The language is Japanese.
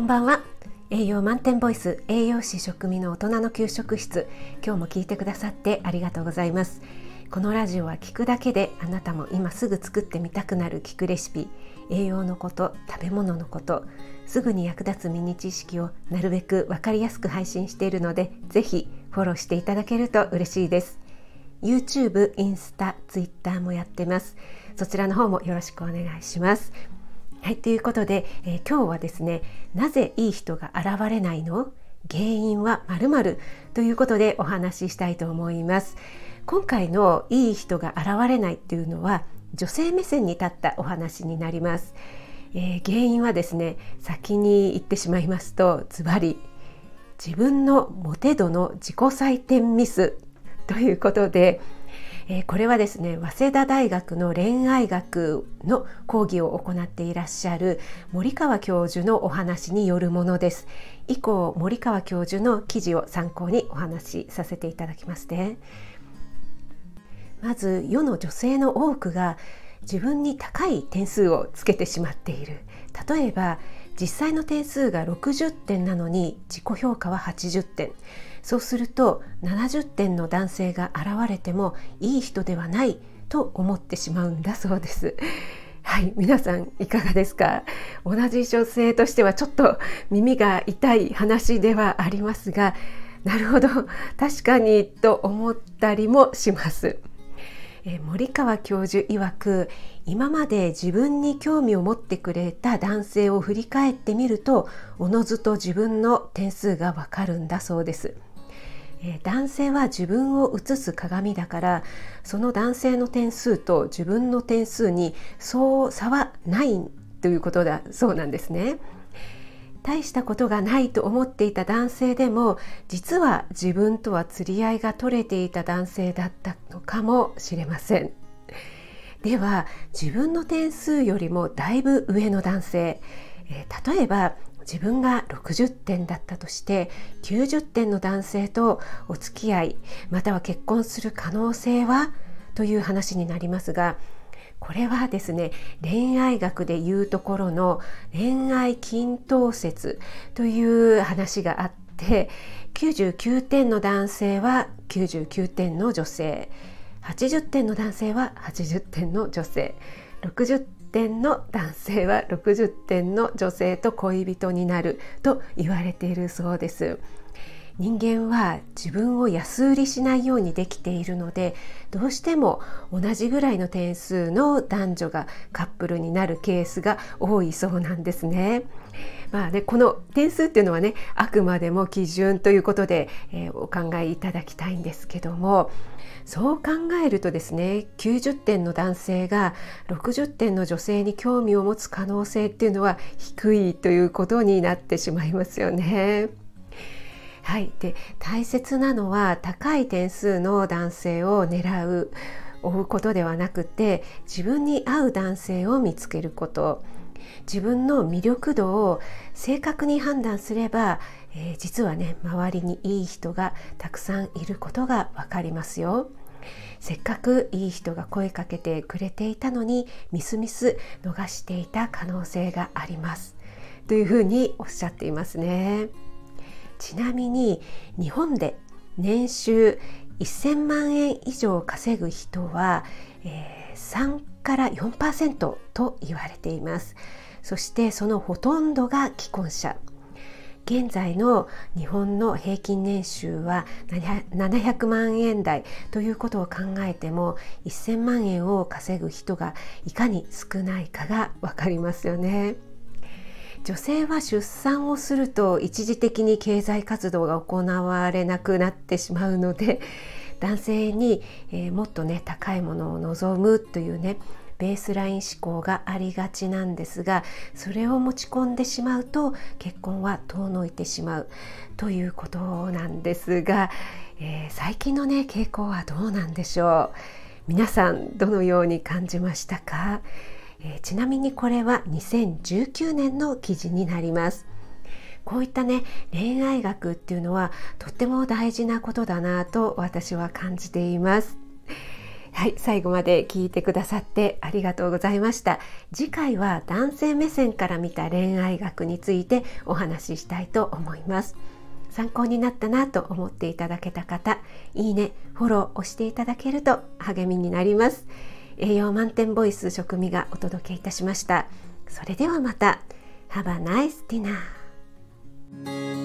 んばんは。栄養満点ボイス、栄養士食味の大人の給食室。今日も聞いてくださってありがとうございます。このラジオは聞くだけであなたも今すぐ作ってみたくなる聞くレシピ、栄養のこと、食べ物のこと、すぐに役立つミニ知識をなるべく分かりやすく配信しているので、ぜひフォローしていただけると嬉しいです。YouTube、インスタ、Twitter もやってます。そちらの方もよろしくお願いします。はい、ということで、今日はですね、なぜいい人が現れないの？原因は〇〇ということでお話ししたいと思います。今回のいい人が現れないっていうのは女性目線に立ったお話になります。原因はですね、先に言ってしまいますと、ズバリ自分のモテ度の自己採点ミスということで、これはですね、早稲田大学の恋愛学の講義を行っていらっしゃる森川教授のお話によるものです。以降、森川教授の記事を参考にお話しさせていただきますね。まず、世の女性の多くが自分に高い点数をつけてしまっている。例えば、実際の点数が60点なのに自己評価は80点。そうすると70点の男性が現れてもいい人ではないと思ってしまうんだそうです。はい、皆さんいかがですか？同じ女性としてはちょっと耳が痛い話ではありますが、なるほど、確かにと思ったりもします。森川教授曰く、今まで自分に興味を持ってくれた男性を振り返ってみると、おのずと自分の点数がわかるんだそうです。男性は自分を映す鏡だから、その男性の点数と自分の点数にそう差はないということだそうなんですね。大したことがないと思っていた男性でも、実は自分とは釣り合いが取れていた男性だったのかもしれません。では、自分の点数よりもだいぶ上の男性、例えば自分が60点だったとして90点の男性とお付き合いまたは結婚する可能性はという話になりますが、これはですね、恋愛学でいうところの恋愛均等説という話があって、99点の男性は99点の女性、80点の男性は80点の女性、60点の男性は60点の女性と恋人になると言われているそうです。人間は自分を安売りしないようにできているので、どうしても同じぐらいの点数の男女がカップルになるケースが多いそうなんですね。この点数っていうのはね、あくまでも基準ということで、お考えいただきたいんですけども、そう考えるとですね、90点の男性が60点の女性に興味を持つ可能性っていうのは低いということになってしまいますよね。はい、で大切なのは高い点数の男性を追うことではなくて、自分に合う男性を見つけること。自分の魅力度を正確に判断すれば、実はね、周りにいい人がたくさんいることがわかりますよ。せっかくいい人が声かけてくれていたのに、みすみす逃していた可能性がありますというふうにおっしゃっていますね。ちなみに日本で年収1000万円以上稼ぐ人は、3から 4% と言われています。そしてそのほとんどが既婚者。現在の日本の平均年収は700万円台ということを考えても、1000万円を稼ぐ人がいかに少ないかがわかりますよね。女性は出産をすると一時的に経済活動が行われなくなってしまうので、男性に、もっとね、高いものを望むというね、ベースライン思考がありがちなんですが、それを持ち込んでしまうと結婚は遠のいてしまうということなんですが、最近のね、傾向はどうなんでしょう。皆さんどのように感じましたか？ちなみにこれは2019年の記事になります。こういったね、恋愛学っていうのはとっても大事なことだなと私は感じています。 はい、最後まで聞いてくださってありがとうございました。次回は男性目線から見た恋愛学についてお話ししたいと思います。参考になったなと思っていただけた方、いいね、フォロー押していただけると励みになります。栄養満点ボイス食味がお届けいたしました。それではまた。Have a nice dinner.